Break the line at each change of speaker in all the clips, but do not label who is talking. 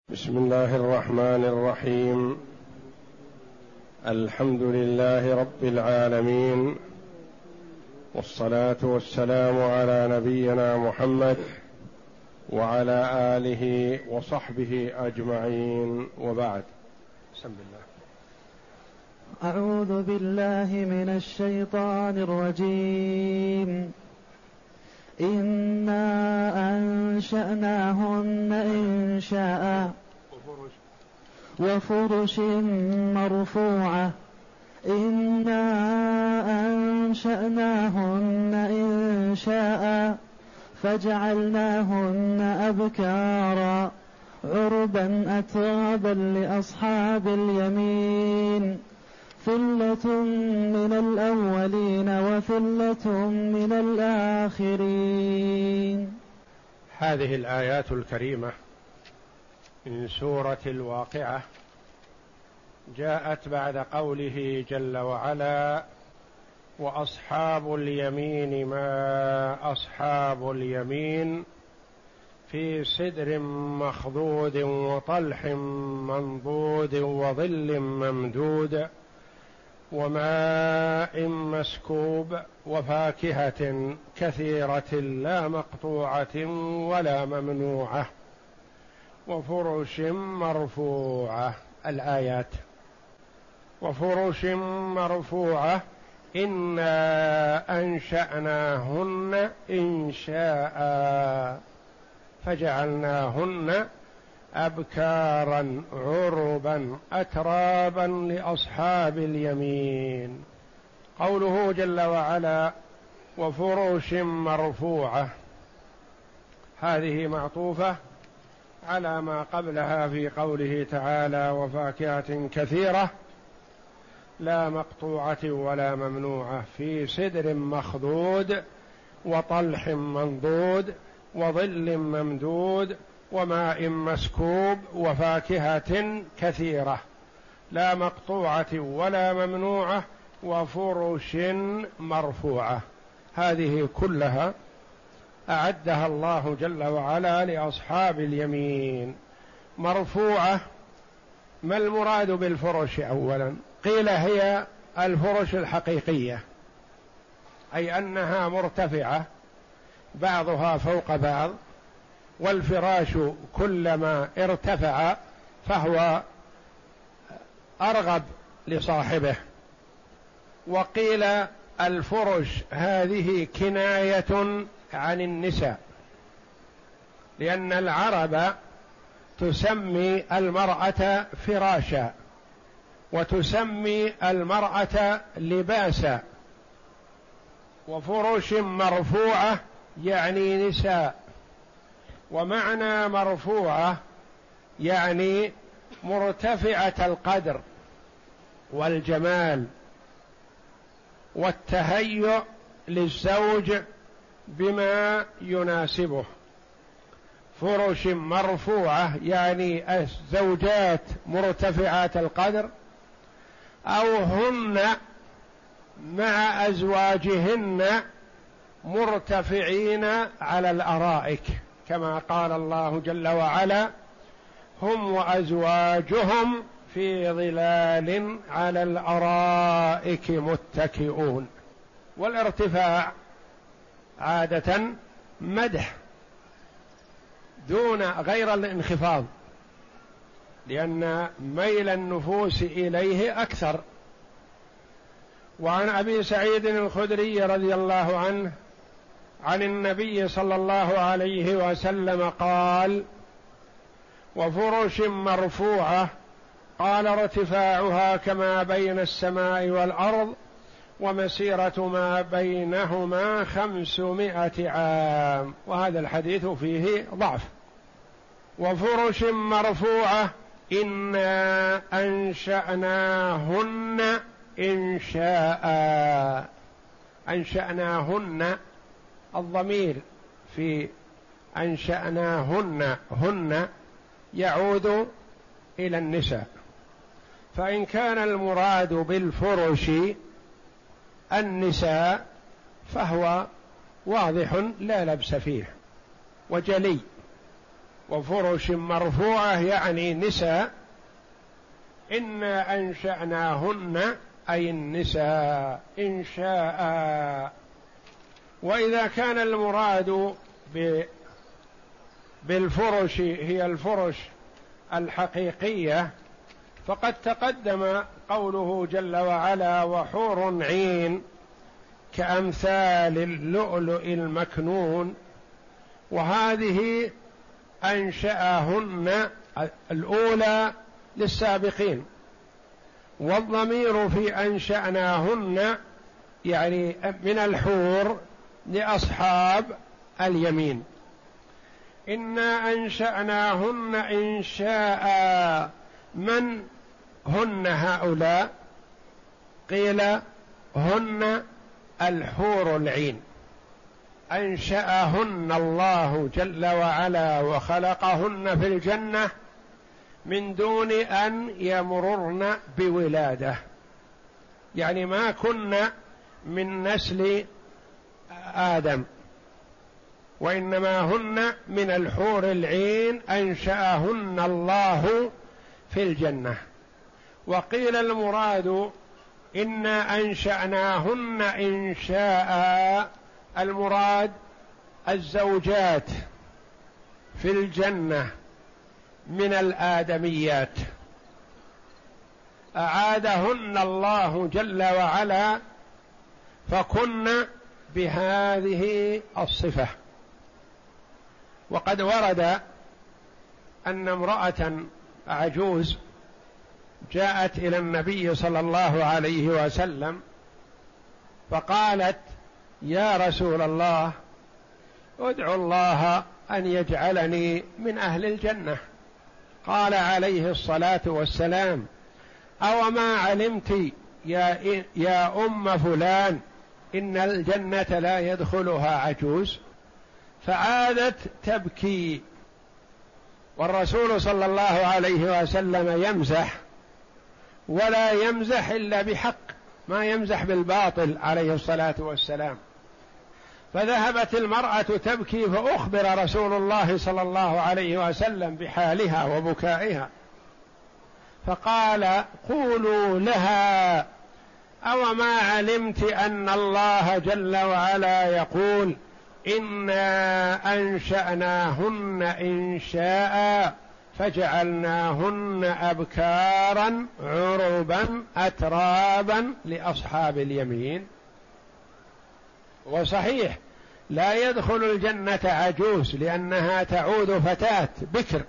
بسم الله الرحمن الرحيم. الحمد لله رب العالمين، والصلاة والسلام على نبينا محمد وعلى آله وصحبه أجمعين، وبعد. بسم الله.
أعوذ بالله من الشيطان الرجيم. إنا أنشأناهن إنشاء وفرش مرفوعة. إنا أنشأناهن إنشاء فجعلناهن أبكارا عربا أترابا لأصحاب اليمين، ثلة من الأولين وثلة من الآخرين.
هذه الآيات الكريمة من سورة الواقعة جاءت بعد قوله جل وعلا: وأصحاب اليمين ما أصحاب اليمين، في سدر مخضود وطلح منضود وظل ممدود وماء مسكوب وفاكهة كثيرة لا مقطوعة ولا ممنوعة وفرش مرفوعة. الآيات: وفرش مرفوعة إنا أنشأناهن إنشاء فجعلناهن أبكارا عربا أترابا لأصحاب اليمين. قوله جل وعلا: وفرش مرفوعة، هذه معطوفة على ما قبلها في قوله تعالى: وفاكهة كثيرة لا مقطوعة ولا ممنوعة، في سدر مخضود وطلح منضود وظل ممدود وماء مسكوب وفاكهة كثيرة لا مقطوعة ولا ممنوعة وفرش مرفوعة. هذه كلها أعدها الله جل وعلا لأصحاب اليمين. مرفوعة، ما المراد بالفرش؟ أولا قيل هي الفرش الحقيقية، أي أنها مرتفعة بعضها فوق بعض، والفراش كلما ارتفع فهو أرغب لصاحبه. وقيل الفرش هذه كناية عن النساء، لأن العرب تسمي المرأة فراشا وتسمي المرأة لباسا. وفرش مرفوعة يعني نساء، ومعنى مرفوعة يعني مرتفعة القدر والجمال والتهيؤ للزوج بما يناسبه. فرش مرفوعة يعني الزوجات مرتفعات القدر، أو هن مع أزواجهن مرتفعين على الأرائك، كما قال الله جل وعلا: هم وأزواجهم في ظلال على الأرائك متكئون. والارتفاع عادة مدح دون غير الانخفاض، لأن ميل النفوس إليه أكثر. وعن أبي سعيد الخدري رضي الله عنه عن النبي صلى الله عليه وسلم قال: وفرش مرفوعة، قال: ارتفاعها كما بين السماء والأرض ومسيرة ما بينهما 500 عام. وهذا الحديث فيه ضعف. وفرش مرفوعة إنا أنشأناهن إنشاء. أنشأناهن، الضمير في أنشأناهن هن يعود إلى النساء، فإن كان المراد بالفرش النساء فهو واضح لا لبس فيه وجلي. وفرش مرفوعة يعني نساء. إنا أنشأناهن أي النساء إنشاء. وإذا كان المراد بالفرش هي الفرش الحقيقية فقد تقدم قوله جل وعلا وحور عين كأمثال اللؤلؤ المكنون، وهذه أنشأهن الأولى للسابقين، والضمير في أنشأناهن يعني من الحور لأصحاب اليمين. إنا أنشأناهن إنشاء. من هن هؤلاء؟ قيل هن الحور العين، أنشأهن الله جل وعلا وخلقهن في الجنة من دون أن يمررن بولادة، يعني ما كن من نسل آدم، وإنما هن من الحور العين أنشأهن الله في الجنة. وقيل المراد إنا أنشأناهن إنشاء، المراد الزوجات في الجنة من الآدميات، أعادهن الله جل وعلا فكن بهذه الصفة. وقد ورد أن امرأة عجوز جاءت إلى النبي صلى الله عليه وسلم فقالت يا رسول الله ادعو الله أن يجعلني من أهل الجنة. قال عليه الصلاة والسلام أو ما علمت يا أم فلان إن الجنة لا يدخلها عجوز؟ فعادت تبكي، والرسول صلى الله عليه وسلم يمزح، ولا يمزح إلا بحق، ما يمزح بالباطل عليه الصلاة والسلام. فذهبت المرأة تبكي فأخبر رسول الله صلى الله عليه وسلم بحالها وبكائها، فقال قولوا لها أو ما علمت أن الله جل وعلا يقول إنا أنشأناهن إنشاء فجعلناهن أبكارا عربا أترابا لأصحاب اليمين. وصحيح لا يدخل الجنة عجوز لأنها تعود فتاة بكر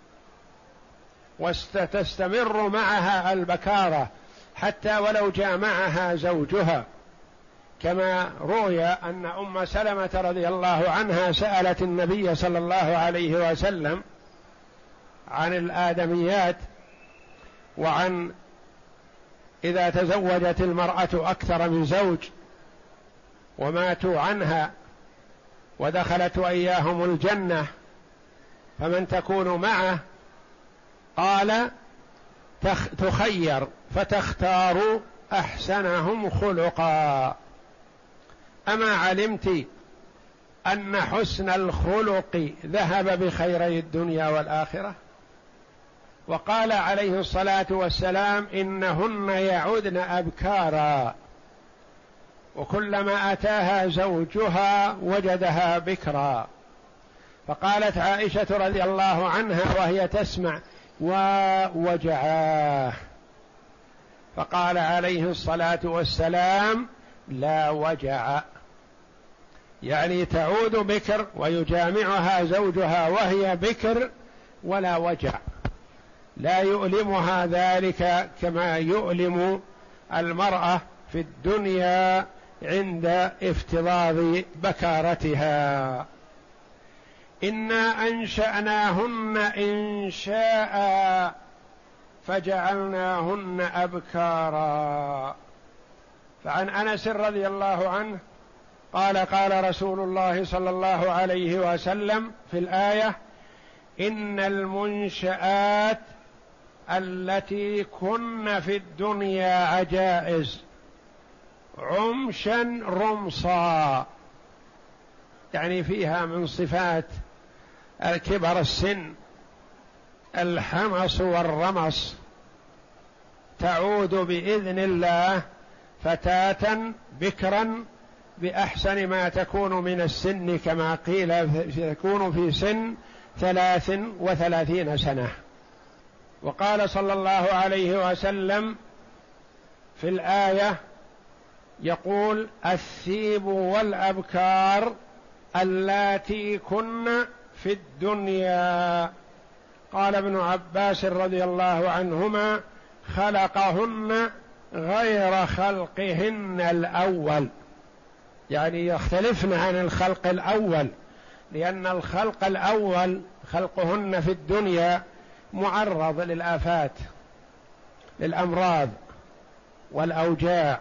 وستستمر معها البكارة حتى ولو جامعها زوجها، كما روي أن أم سلمة رضي الله عنها سألت النبي صلى الله عليه وسلم عن الآدميات وعن إذا تزوجت المرأة أكثر من زوج وماتوا عنها ودخلت وإياهم الجنة فمن تكون معه؟ قال تخير فتختار أحسنهم خلقا. أما علمت أن حسن الخلق ذهب بخيري الدنيا والآخرة؟ وقال عليه الصلاة والسلام إنهن يعودن أبكارا، وكلما أتاها زوجها وجدها بكرا. فقالت عائشة رضي الله عنها وهي تسمع ووجعاه، فقال عليه الصلاة والسلام لا وجع، يعني تعود بكر ويجامعها زوجها وهي بكر ولا وجع، لا يؤلمها ذلك كما يؤلم المرأة في الدنيا عند افتضاض بكارتها. إنا أنشأناهن إنشاء فجعلناهن أبكارا. فعن أنس رضي الله عنه قال قال رسول الله صلى الله عليه وسلم في الآية إن المنشآت التي كن في الدنيا عجائز عمشا رمصا، يعني فيها من صفات الكبر السن، الحمص والرمص، تعود بإذن الله فتاة بكرا بأحسن ما تكون من السن، كما قيل تكون في سن 33 سنة. وقال صلى الله عليه وسلم في الآية يقول: الثيب والأبكار اللاتي كن في الدنيا. قال ابن عباس رضي الله عنهما: خلقهن غير خلقهن الأول، يعني يختلفن عن الخلق الأول، لأن الخلق الأول خلقهن في الدنيا معرض للآفات، للأمراض والأوجاع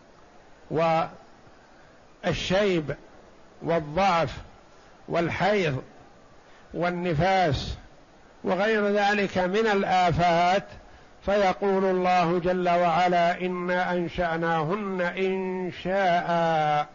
والشيب والضعف والحيض والنفاس وغير ذلك من الآفات، فيقول الله جل وعلا: إنا أنشأناهن إنشاء،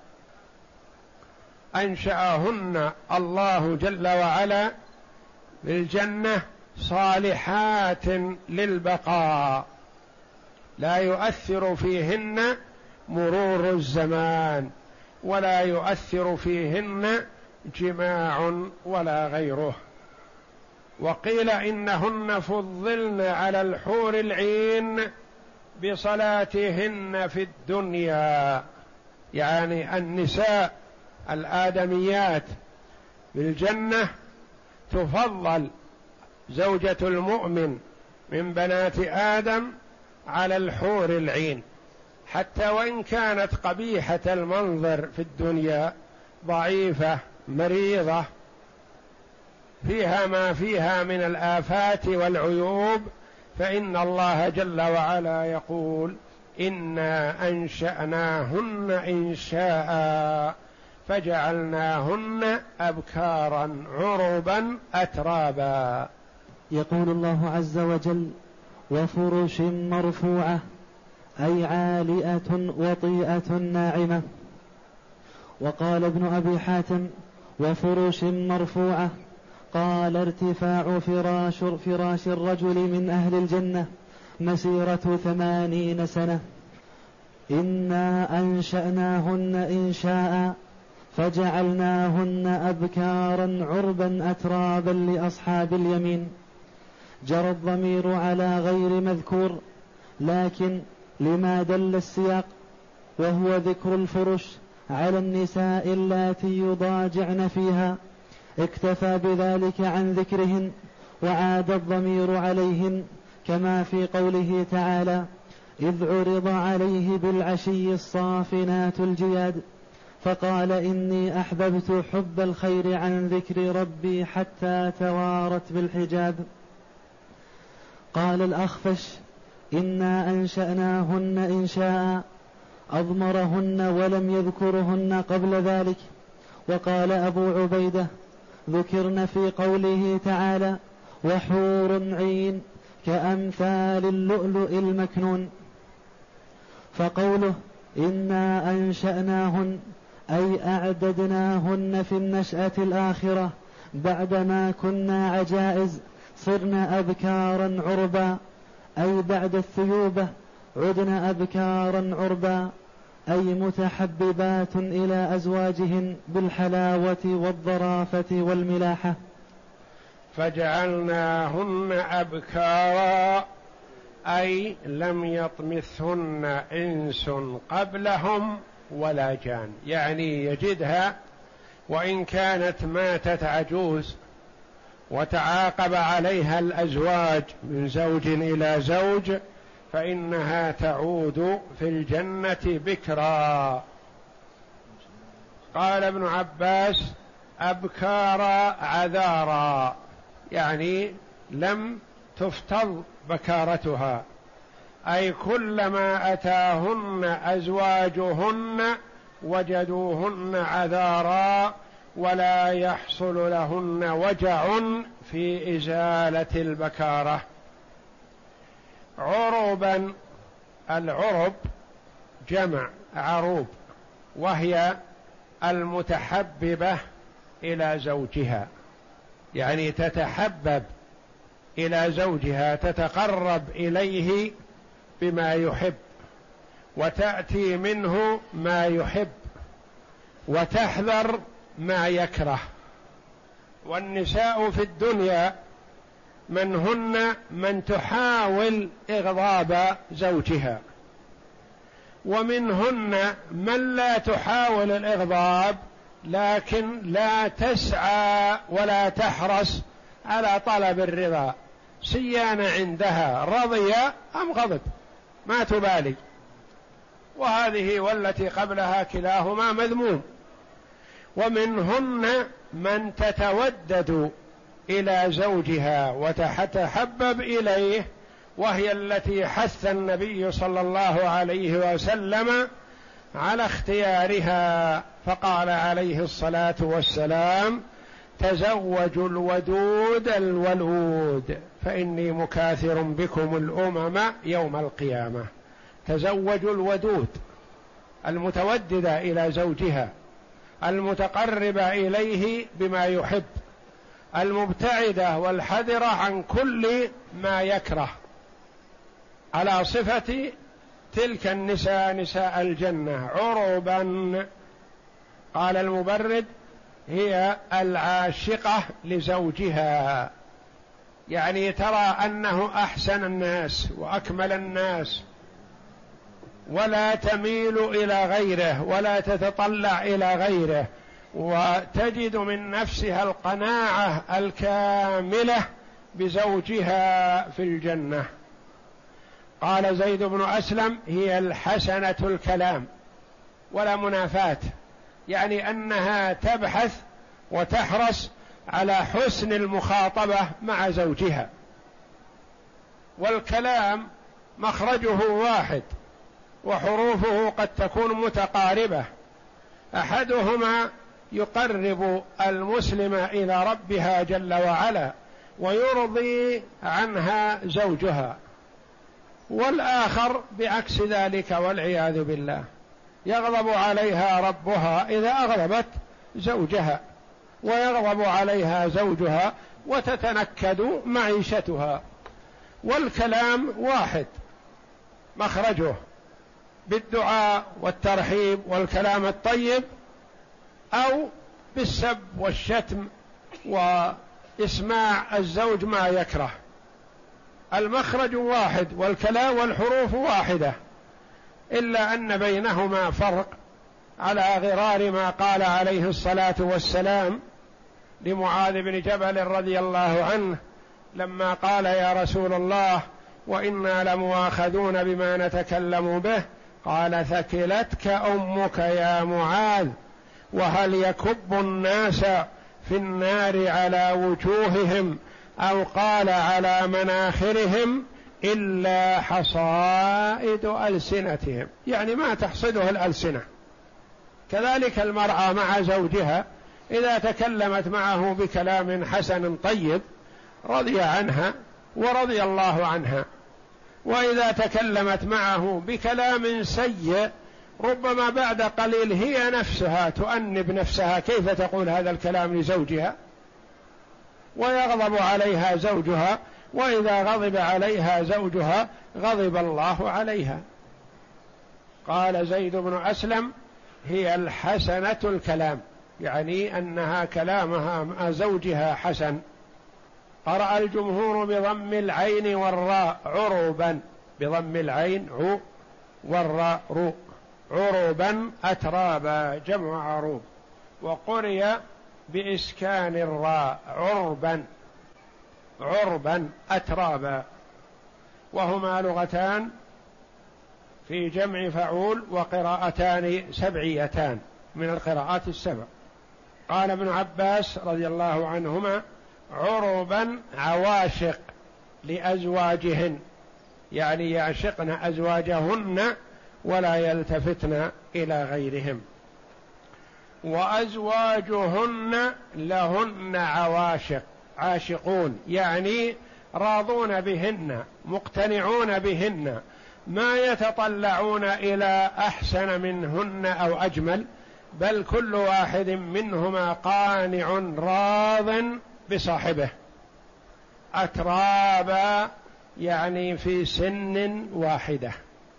أنشأهن الله جل وعلا بالجنة صالحات للبقاء، لا يؤثر فيهن مرور الزمان، ولا يؤثر فيهن جماع ولا غيره. وقيل إنهن فضلن على الحور العين بصلاتهن في الدنيا، يعني النساء الآدميات بالجنة تفضل زوجة المؤمن من بنات آدم على الحور العين، حتى وإن كانت قبيحة المنظر في الدنيا، ضعيفة مريضة فيها ما فيها من الآفات والعيوب، فإن الله جل وعلا يقول: إنا أنشأناهن إنشاء فجعلناهن أبكارا عربا أترابا.
يقول الله عز وجل: وفرش مرفوعة، أي عالية وطيئة ناعمة. وقال ابن أبي حاتم: وفرش مرفوعة، قال ارتفاع فراش الرجل من أهل الجنة مسيرة 80 سنة. إنا أنشأناهن إنشاء فجعلناهن أبكارا عربا أترابا لأصحاب اليمين. جرى الضمير على غير مذكور، لكن لما دل السياق وهو ذكر الفرش على النساء اللاتي يضاجعن فيها، اكتفى بذلك عن ذكرهن، وعاد الضمير عليهن، كما في قوله تعالى: إذ عرض عليه بالعشي الصافنات الجياد، فقال: إني أحببت حب الخير عن ذكر ربي حتى توارت بالحجاب. قال الأخفش: إنا أنشأناهن إنشاء، أضمرهن ولم يذكرهن قبل ذلك. وقال أبو عبيدة: ذكرن في قوله تعالى: وحور عين كأمثال اللؤلؤ المكنون. فقوله إنا أنشأناهن أي أعددناهن في النشأة الآخرة بعدما كنا عجائز صرنا أبكارا عربا، أي بعد الثيوبة عدنا أبكارا عربا، أي متحببات إلى أزواجهن بالحلاوة والظرافة والملاحة.
فجعلناهن أبكارا أي لم يطمثهن إنس قبلهم ولا جان، يعني يجدها وإن كانت ماتت عجوز وتعاقب عليها الأزواج من زوج إلى زوج، فإنها تعود في الجنة بكرا. قال ابن عباس: أبكارا عذارا، يعني لم تفتض بكارتها، أي كلما أتاهن أزواجهن وجدوهن عذارا ولا يحصل لهن وجع في إزالة البكارة. عربا، العرب جمع عروب، وهي المتحببة إلى زوجها، يعني تتحبب إلى زوجها، تتقرب إليه بما يحب، وتأتي منه ما يحب، وتحذر ما يكره. والنساء في الدنيا من تحاول إغضاب زوجها، ومنهن من لا تحاول الإغضاب لكن لا تسعى ولا تحرص على طلب الرضا، سيان عندها رضي أم غضب ما تبالي. وهذه والتي قبلها كلاهما مذموم. ومنهن من تتودد إلى زوجها وتتحبب إليه، وهي التي حث النبي صلى الله عليه وسلم على اختيارها، فقال عليه الصلاة والسلام: تزوجوا الودود الولود فإني مكاثر بكم الأمم يوم القيامة. تزوجوا الودود، المتوددة إلى زوجها، المتقربة إليه بما يحب، المبتعدة والحذرة عن كل ما يكره، على صفة تلك النساء نساء الجنة عربا. قال المبرد: هي العاشقة لزوجها، يعني ترى أنه أحسن الناس وأكمل الناس، ولا تميل إلى غيره ولا تتطلع إلى غيره، وتجد من نفسها القناعة الكاملة بزوجها في الجنة. قال زيد بن أسلم: هي الحسنة الكلام، ولا منافاة، يعني أنها تبحث وتحرص على حسن المخاطبة مع زوجها. والكلام مخرجه واحد وحروفه قد تكون متقاربة، أحدهما يقرب المسلم إلى ربها جل وعلا ويرضي عنها زوجها، والآخر بعكس ذلك والعياذ بالله، يغضب عليها ربها إذا أغضبت زوجها، ويغضب عليها زوجها وتتنكد معيشتها. والكلام واحد مخرجه بالدعاء والترحيب والكلام الطيب، أو بالسب والشتم وإسماع الزوج ما يكره. المخرج واحد والكلام والحروف واحدة، إلا أن بينهما فرق، على غرار ما قال عليه الصلاة والسلام لمعاذ بن جبل رضي الله عنه لما قال: يا رسول الله وإنا لمؤاخذون بما نتكلم به، قال: ثكلتك أمك يا معاذ، وهل يكب الناس في النار على وجوههم أو قال على مناخرهم إلا حصائد ألسنتهم، يعني ما تحصده الألسنة. كذلك المرأة مع زوجها إذا تكلمت معه بكلام حسن طيب رضي عنها ورضي الله عنها، وإذا تكلمت معه بكلام سيء ربما بعد قليل هي نفسها تؤنب نفسها، كيف تقول هذا الكلام لزوجها، ويغضب عليها زوجها، وإذا غضب عليها زوجها غضب الله عليها. قال زيد بن أسلم: هي الحسنة الكلام، يعني أنها كلامها مع زوجها حسن. قرأ الجمهور بضم العين والراء عربا، بضم العين عو والراء رو، عربا أترابا جمع عروب. وقرئ بإسكان الراء عربا، عربا أترابا، وهما لغتان في جمع فعول وقراءتان سبعيتان من القراءات السبع. قال ابن عباس رضي الله عنهما: عربا عواشق لأزواجهن، يعني يعشقن أزواجهن ولا يلتفتن إلى غيرهم. وأزواجهن لهن عواشق، عاشقون يعني راضون بهن مقتنعون بهن، ما يتطلعون إلى أحسن منهن أو أجمل، بل كل واحد منهما قانع راض بصاحبه. أترابا يعني في سن واحدة،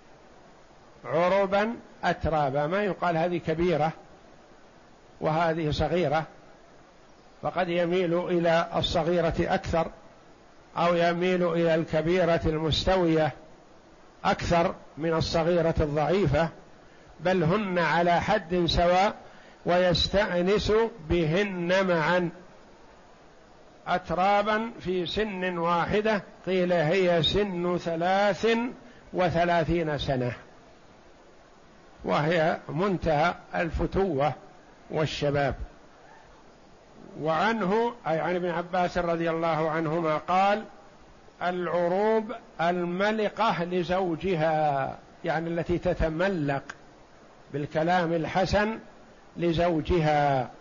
عربا أترابا، ما يقال هذه كبيرة وهذه صغيرة، فقد يميل إلى الصغيرة أكثر أو يميل إلى الكبيرة المستوية أكثر من الصغيرة الضعيفة، بل هن على حد سواء ويستأنس بهن معا. أترابا في سن واحدة، قيل هي سن 33 سنة، وهي منتهى الفتوة والشباب. وعنه أي عن ابن عباس رضي الله عنهما قال: العروب الملقة لزوجها، يعني التي تتملق بالكلام الحسن لزوجها.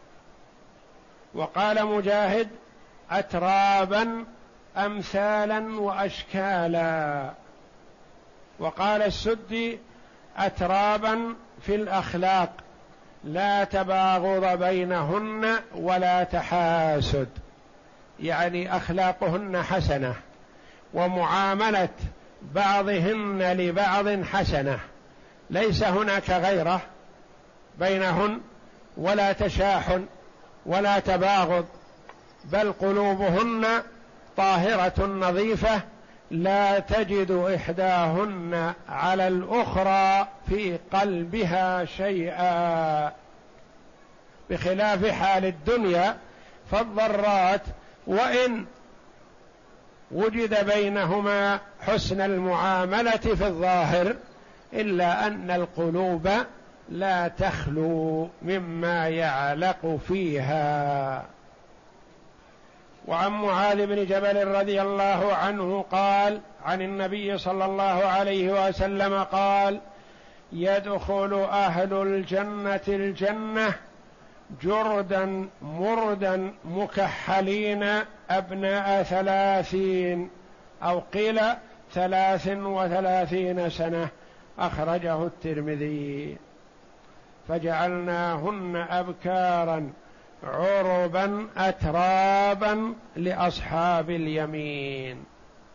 وقال مجاهد: أترابا أمثالا وأشكالا. وقال السدي: أترابا في الأخلاق، لا تباغض بينهن ولا تحاسد، يعني أخلاقهن حسنة ومعاملة بعضهن لبعض حسنة، ليس هناك غيرة بينهن ولا تشاحن ولا تباغض، بل قلوبهن طاهرة نظيفة، لا تجد إحداهن على الأخرى في قلبها شيئا، بخلاف حال الدنيا، فالضرات وإن وجد بينهما حسن المعاملة في الظاهر، إلا أن القلوب لا تخلو مما يعلق فيها. وعن معاذ بن جبل رضي الله عنه قال عن النبي صلى الله عليه وسلم قال: يدخل أهل الجنة الجنة جردا مردا مكحلين أبناء 30 أو قيل 33 سنة، أخرجه الترمذي. فجعلناهن أبكارا عربا أترابا لأصحاب اليمين.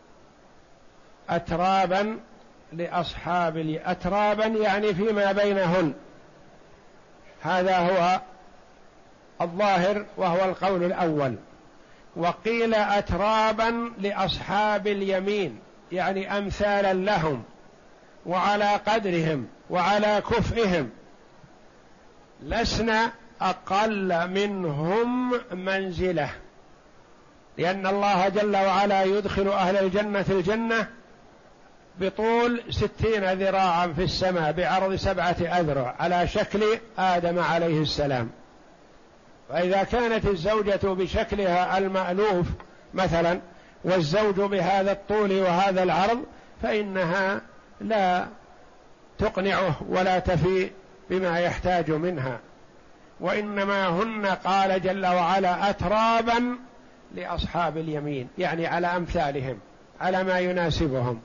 أترابا لأصحاب أترابا يعني فيما بينهن، هذا هو الظاهر وهو القول الأول. وقيل أترابا لأصحاب اليمين، يعني أمثالا لهم وعلى قدرهم وعلى كفئهم، لسنا أقل منهم منزلة، لأن الله جل وعلا يدخل أهل الجنة الجنة بطول 60 ذراعا في السماء بعرض 7 أذرع على شكل آدم عليه السلام. فإذا كانت الزوجة بشكلها المألوف مثلا والزوج بهذا الطول وهذا العرض، فإنها لا تقنعه ولا تفي بما يحتاج منها، وإنما هن قال جل وعلا أترابا لأصحاب اليمين، يعني على أمثالهم، على ما يناسبهم.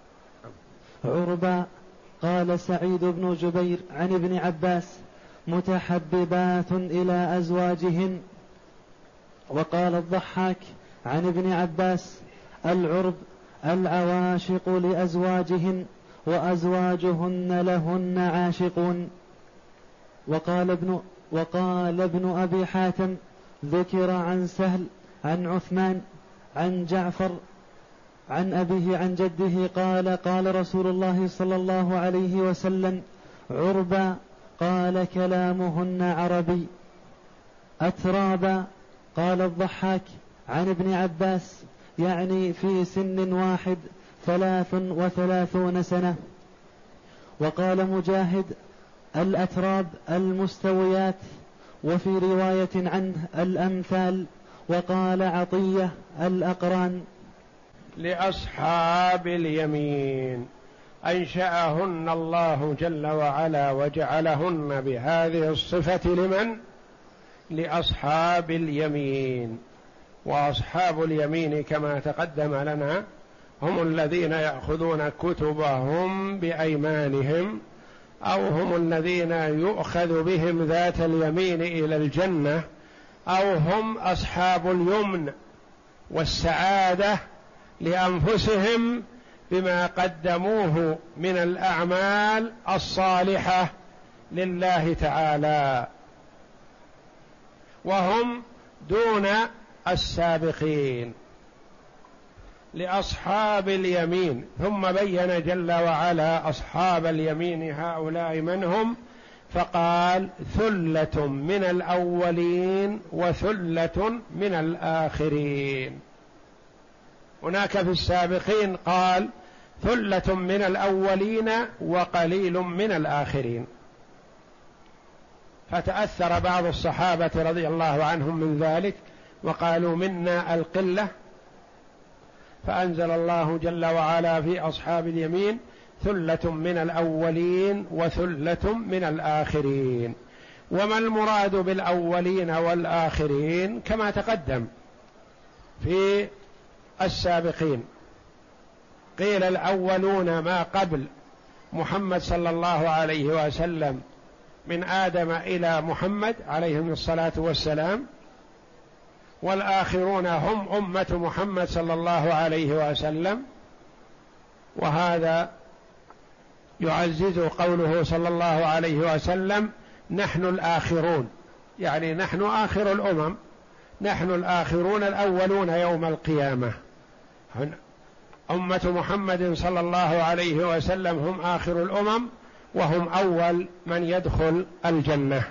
عربا. قال سعيد بن جبير عن ابن عباس: متحببات إلى أزواجهن. وقال الضحاك عن ابن عباس: العرب العواشق لأزواجهن وأزواجهن لهن عاشقون. وقال ابن أبي حاتم: ذكر عن سهل عن عثمان عن جعفر عن أبيه عن جده قال: قال رسول الله صلى الله عليه وسلم: عربا. قال: كلامهن عربي. أترابا. قال الضحاك عن ابن عباس: يعني في سن واحد 33 سنة. وقال مجاهد: الأتراب المستويات، وفي رواية عنه الأمثال. وقال عطية: الأقران.
لأصحاب اليمين أنشأهن الله جل وعلا وجعلهن بهذه الصفة لمن؟ لأصحاب اليمين. وأصحاب اليمين كما تقدم لنا هم الذين يأخذون كتبهم بأيمانهم، أو هم الذين يؤخذ بهم ذات اليمين إلى الجنة أو هم أصحاب اليمن والسعادة لأنفسهم بما قدموه من الأعمال الصالحة لله تعالى، وهم دون السابقين لأصحاب اليمين. ثم بين جل وعلا أصحاب اليمين هؤلاء من هم، فقال ثلة من الأولين وثلة من الآخرين. هناك في السابقين قال ثلة من الأولين وقليل من الآخرين، فتأثر بعض الصحابة رضي الله عنهم من ذلك وقالوا منا القلة، فأنزل الله جل وعلا في أصحاب اليمين ثلة من الأولين وثلة من الآخرين. وما المراد بالأولين والآخرين؟ كما تقدم في السابقين، قيل الأولون ما قبل محمد صلى الله عليه وسلم من آدم إلى محمد عليهم الصلاة والسلام، والآخرون هم أمة محمد صلى الله عليه وسلم. وهذا يعزز قوله صلى الله عليه وسلم نحن الآخرون، يعني نحن آخر الأمم، نحن الآخرون الأولون يوم القيامة. أمة محمد صلى الله عليه وسلم هم آخر الأمم وهم أول من يدخل الجنة.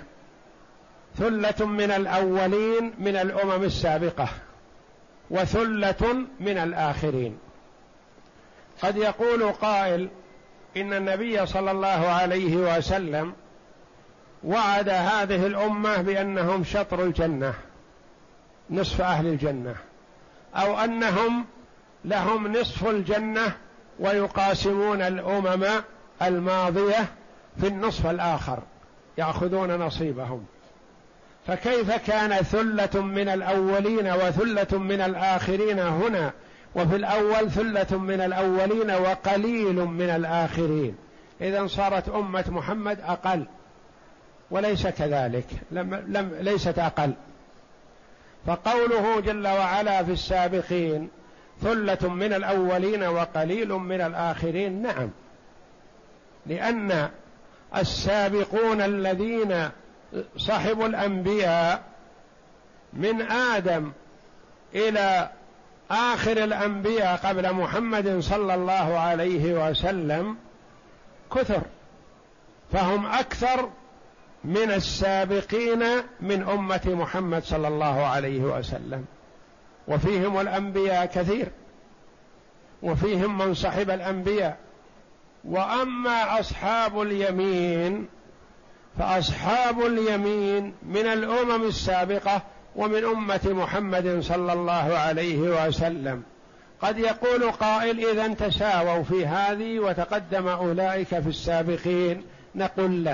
ثلة من الأولين من الأمم السابقة وثلة من الآخرين. قد يقول قائل إن النبي صلى الله عليه وسلم وعد هذه الأمة بأنهم شطر الجنة، نصف أهل الجنة، أو أنهم لهم نصف الجنة ويقاسمون الأمم الماضية في النصف الآخر يأخذون نصيبهم. فكيف كان ثلة من الأولين وثلة من الآخرين هنا، وفي الأول ثلة من الأولين وقليل من الآخرين؟ إذن صارت أمة محمد أقل، وليس كذلك، ليست أقل. فقوله جل وعلا في السابقين ثلة من الأولين وقليل من الآخرين، نعم، لأن السابقون الذين صحبوا الأنبياء من آدم إلى آخر الأنبياء قبل محمد صلى الله عليه وسلم كثر، فهم أكثر من السابقين من أمة محمد صلى الله عليه وسلم، وفيهم الأنبياء كثير، وفيهم من صحب الأنبياء. وأما أصحاب اليمين فأصحاب اليمين من الأمم السابقة ومن أمة محمد صلى الله عليه وسلم. قد يقول قائل إذن تساووا في هذه وتقدم أولئك في السابقين. نقول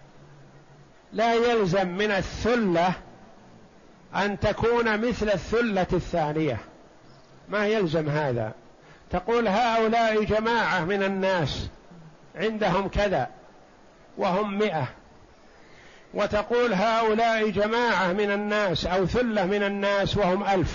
لا يلزم من الثلة أن تكون مثل الثلة الثانية، ما يلزم هذا. تقول هؤلاء جماعة من الناس عندهم كذا وهم 100، وتقول هؤلاء جماعة من الناس أو ثلة من الناس وهم 1000،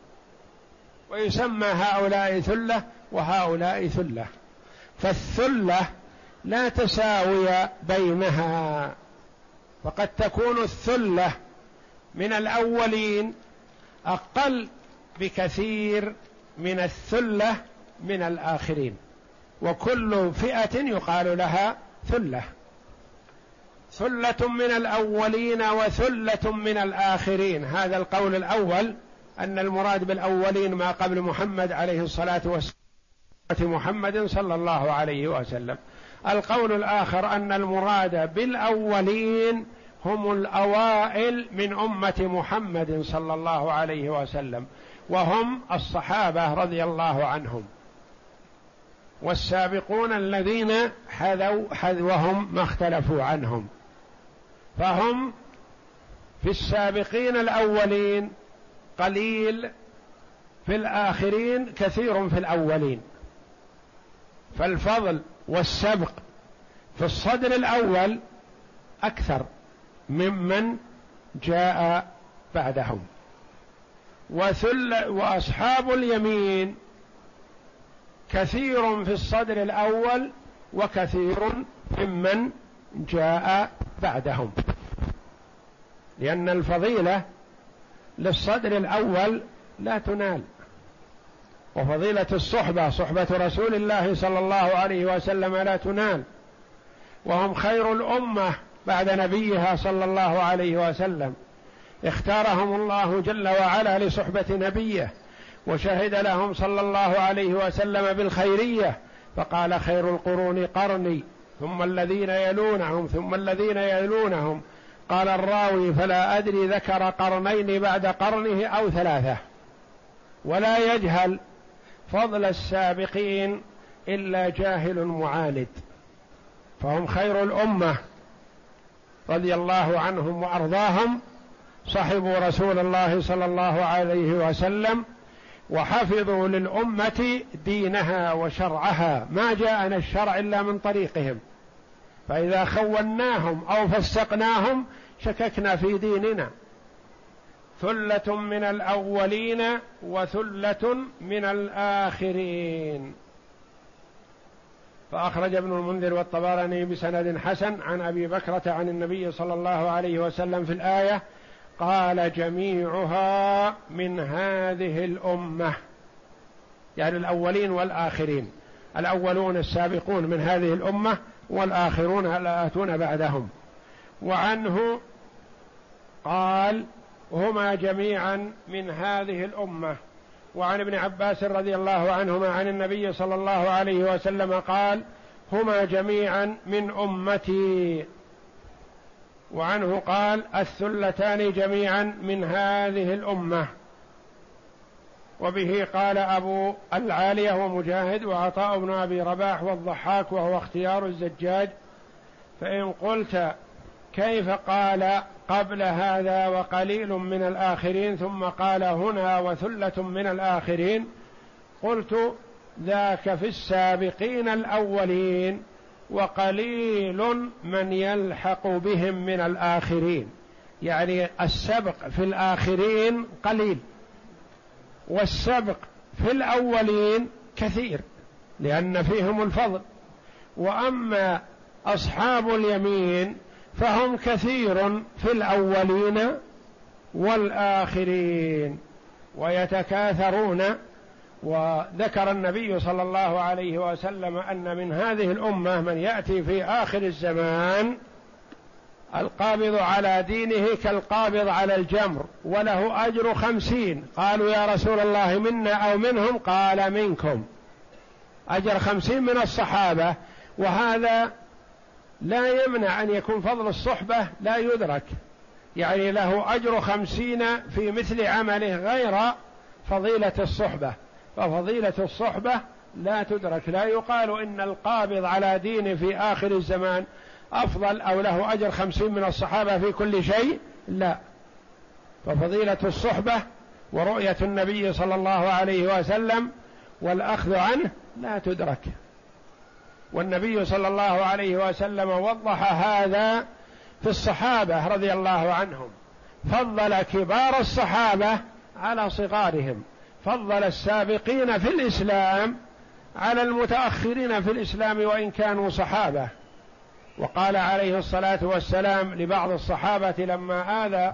ويسمى هؤلاء ثلة وهؤلاء ثلة. فالثلة لا تساوي بينها، فقد تكون الثلة من الأولين أقل بكثير من الثلة من الآخرين، وكل فئة يقال لها ثلة. ثلة من الأولين وثلة من الآخرين، هذا القول الأول أن المراد بالأولين ما قبل محمد عليه الصلاة والسلام، محمد صلى الله عليه وسلم. القول الآخر أن المراد بالأولين هم الأوائل من أمة محمد صلى الله عليه وسلم، وهم الصحابة رضي الله عنهم، والسابقون الذين حذوا حذوهم ما اختلفوا عنهم. فهم في السابقين الأولين قليل، في الآخرين كثير في الأولين. فالفضل والسبق في الصدر الأول أكثر ممن جاء بعدهم. وأصحاب اليمين كثير في الصدر الأول وكثير ممن جاء بعدهم، لأن الفضيلة للصدر الأول لا تنال، وفضيلة الصحبة صحبة رسول الله صلى الله عليه وسلم لا تنال، وهم خير الأمة بعد نبيها صلى الله عليه وسلم، اختارهم الله جل وعلا لصحبة نبيه، وشهد لهم صلى الله عليه وسلم بالخيرية، فقال خير القرون قرني ثم الذين يلونهم ثم الذين يلونهم. قال الراوي فلا أدري ذكر قرنين بعد قرنه أو ثلاثة. ولا يجهل فضل السابقين إلا جاهل معاند، فهم خير الأمة رضي الله عنهم وأرضاهم، صحبوا رسول الله صلى الله عليه وسلم وحفظوا للأمة دينها وشرعها، ما جاءنا الشرع إلا من طريقهم، فإذا خوناهم أو فسقناهم شككنا في ديننا. ثلة من الأولين وثلة من الآخرين. فأخرج ابن المنذر والطبراني بسند حسن عن أبي بكرة عن النبي صلى الله عليه وسلم في الآية قال جميعها من هذه الأمة، يعني الأولين والآخرين، الأولون السابقون من هذه الأمة والآخرون الآتون بعدهم. وعنه قال هما جميعا من هذه الأمة. وعن ابن عباس رضي الله عنهما عن النبي صلى الله عليه وسلم قال هما جميعا من أمتي. وعنه قال الثلتان جميعا من هذه الأمة. وبه قال أبو العالية ومجاهد وعطاء بن أبي رباح والضحاك وهو اختيار الزجاج. فإن قلت كيف قال قبل هذا وقليل من الآخرين ثم قال هنا وثلة من الآخرين، قلت ذاك في السابقين الأولين وقليل من يلحق بهم من الآخرين، يعني السبق في الآخرين قليل والسبق في الأولين كثير لأن فيهم الفضل. وأما أصحاب اليمين فهم كثير في الأولين والآخرين ويتكاثرون. وذكر النبي صلى الله عليه وسلم أن من هذه الأمة من يأتي في آخر الزمان القابض على دينه كالقابض على الجمر وله أجر 50. قالوا يا رسول الله منا أو منهم؟ قال منكم، أجر 50 من الصحابة. وهذا لا يمنع أن يكون فضل الصحبة لا يدرك، يعني له أجر 50 في مثل عمله غير فضيلة الصحبة، ففضيلة الصحبة لا تدرك. لا يقال إن القابض على دين في آخر الزمان أفضل أو له أجر 50 من الصحابة في كل شيء، لا. ففضيلة الصحبة ورؤية النبي صلى الله عليه وسلم والأخذ عنه لا تدرك. والنبي صلى الله عليه وسلم وضح هذا في الصحابة رضي الله عنهم، فضل كبار الصحابة على صغارهم، فضل السابقين في الإسلام على المتأخرين في الإسلام وإن كانوا صحابة. وقال عليه الصلاة والسلام لبعض الصحابة لما آذى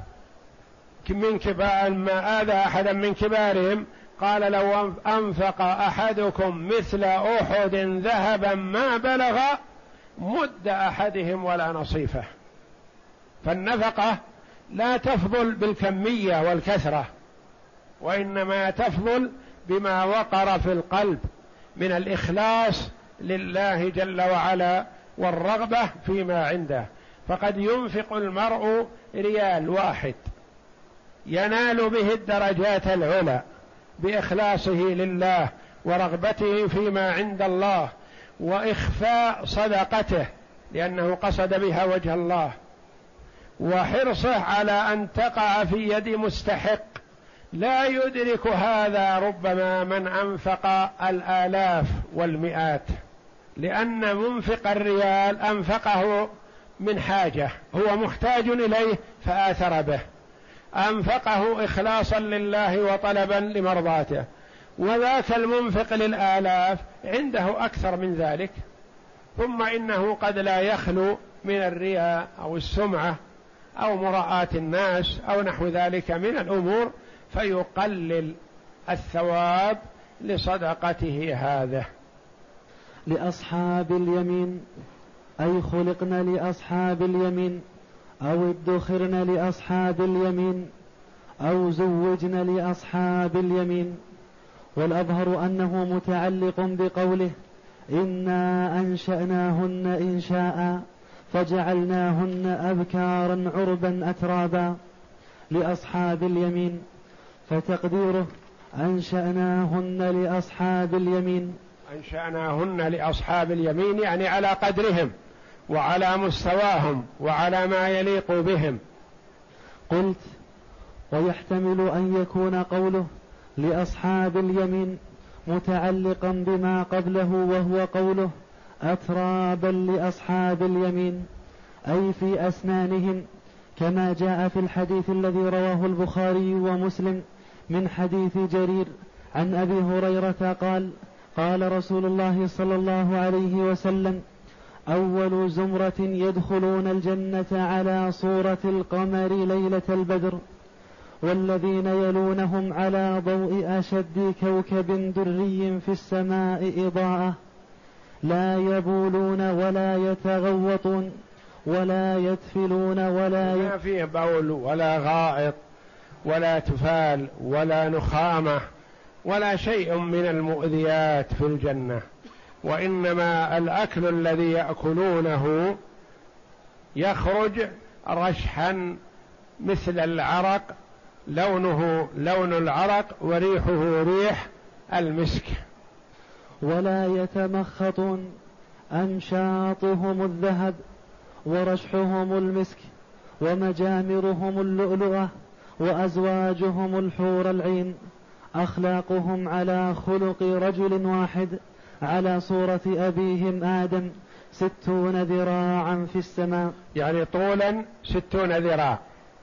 أحدا من كبارهم قال لو أنفق أحدكم مثل أحد ذهبا ما بلغ مد أحدهم ولا نصيفه. فالنفقة لا تفضل بالكمية والكثرة، وإنما تفضل بما وقر في القلب من الإخلاص لله جل وعلا والرغبة فيما عنده. فقد ينفق المرء ريال واحد ينال به الدرجات العلى بإخلاصه لله ورغبته فيما عند الله وإخفاء صدقته لأنه قصد بها وجه الله، وحرصه على أن تقع في يد مستحق. لا يدرك هذا ربما من أنفق الآلاف والمئات، لأن منفق الريال أنفقه من حاجة، هو محتاج إليه فآثر به، أنفقه إخلاصا لله وطلبا لمرضاته، وذاك المنفق للآلاف عنده أكثر من ذلك، ثم إنه قد لا يخلو من الرياء أو السمعة أو مراءة الناس أو نحو ذلك من الأمور، فيقلل الثواب لصدقته هذه.
لأصحاب اليمين أي خلقنا لأصحاب اليمين، أو ادخرنا لأصحاب اليمين، أو زوجنا لأصحاب اليمين. والأظهر أنه متعلق بقوله إنا أنشأناهن إنشاء فجعلناهن أبكارا عربا أترابا لأصحاب اليمين، فتقديره أنشأناهن لأصحاب اليمين.
أنشأناهن لأصحاب اليمين يعني على قدرهم وعلى مستواهم وعلى ما يليق بهم.
قلت ويحتمل أن يكون قوله لأصحاب اليمين متعلقا بما قبله، وهو قوله أترابا لأصحاب اليمين، أي في أسنانهم، كما جاء في الحديث الذي رواه البخاري ومسلم من حديث جرير عن أبي هريرة قال قال رسول الله صلى الله عليه وسلم أول زمرة يدخلون الجنة على صورة القمر ليلة البدر، والذين يلونهم على ضوء أشد كوكب دري في السماء إضاءة، لا يبولون ولا يتغوطون ولا يتفلون
ما فيه بول ولا غائط ولا تفال ولا نخامة ولا شيء من المؤذيات في الجنة، وإنما الأكل الذي يأكلونه يخرج رشحا مثل العرق، لونه لون العرق وريحه ريح المسك.
ولا يتمخطون، أمشاطهم الذهب ورشحهم المسك ومجامرهم اللؤلؤة وأزواجهم الحور العين، أخلاقهم على خلق رجل واحد على صورة أبيهم آدم 60 ذراعا في السماء،
يعني طولا 60 ذراع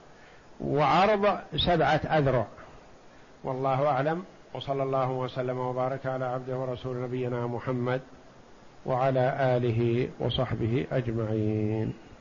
وعرض 7 أذرع. والله أعلم، وصلى الله وسلم وبارك على عبده ورسول نبينا محمد وعلى آله وصحبه أجمعين.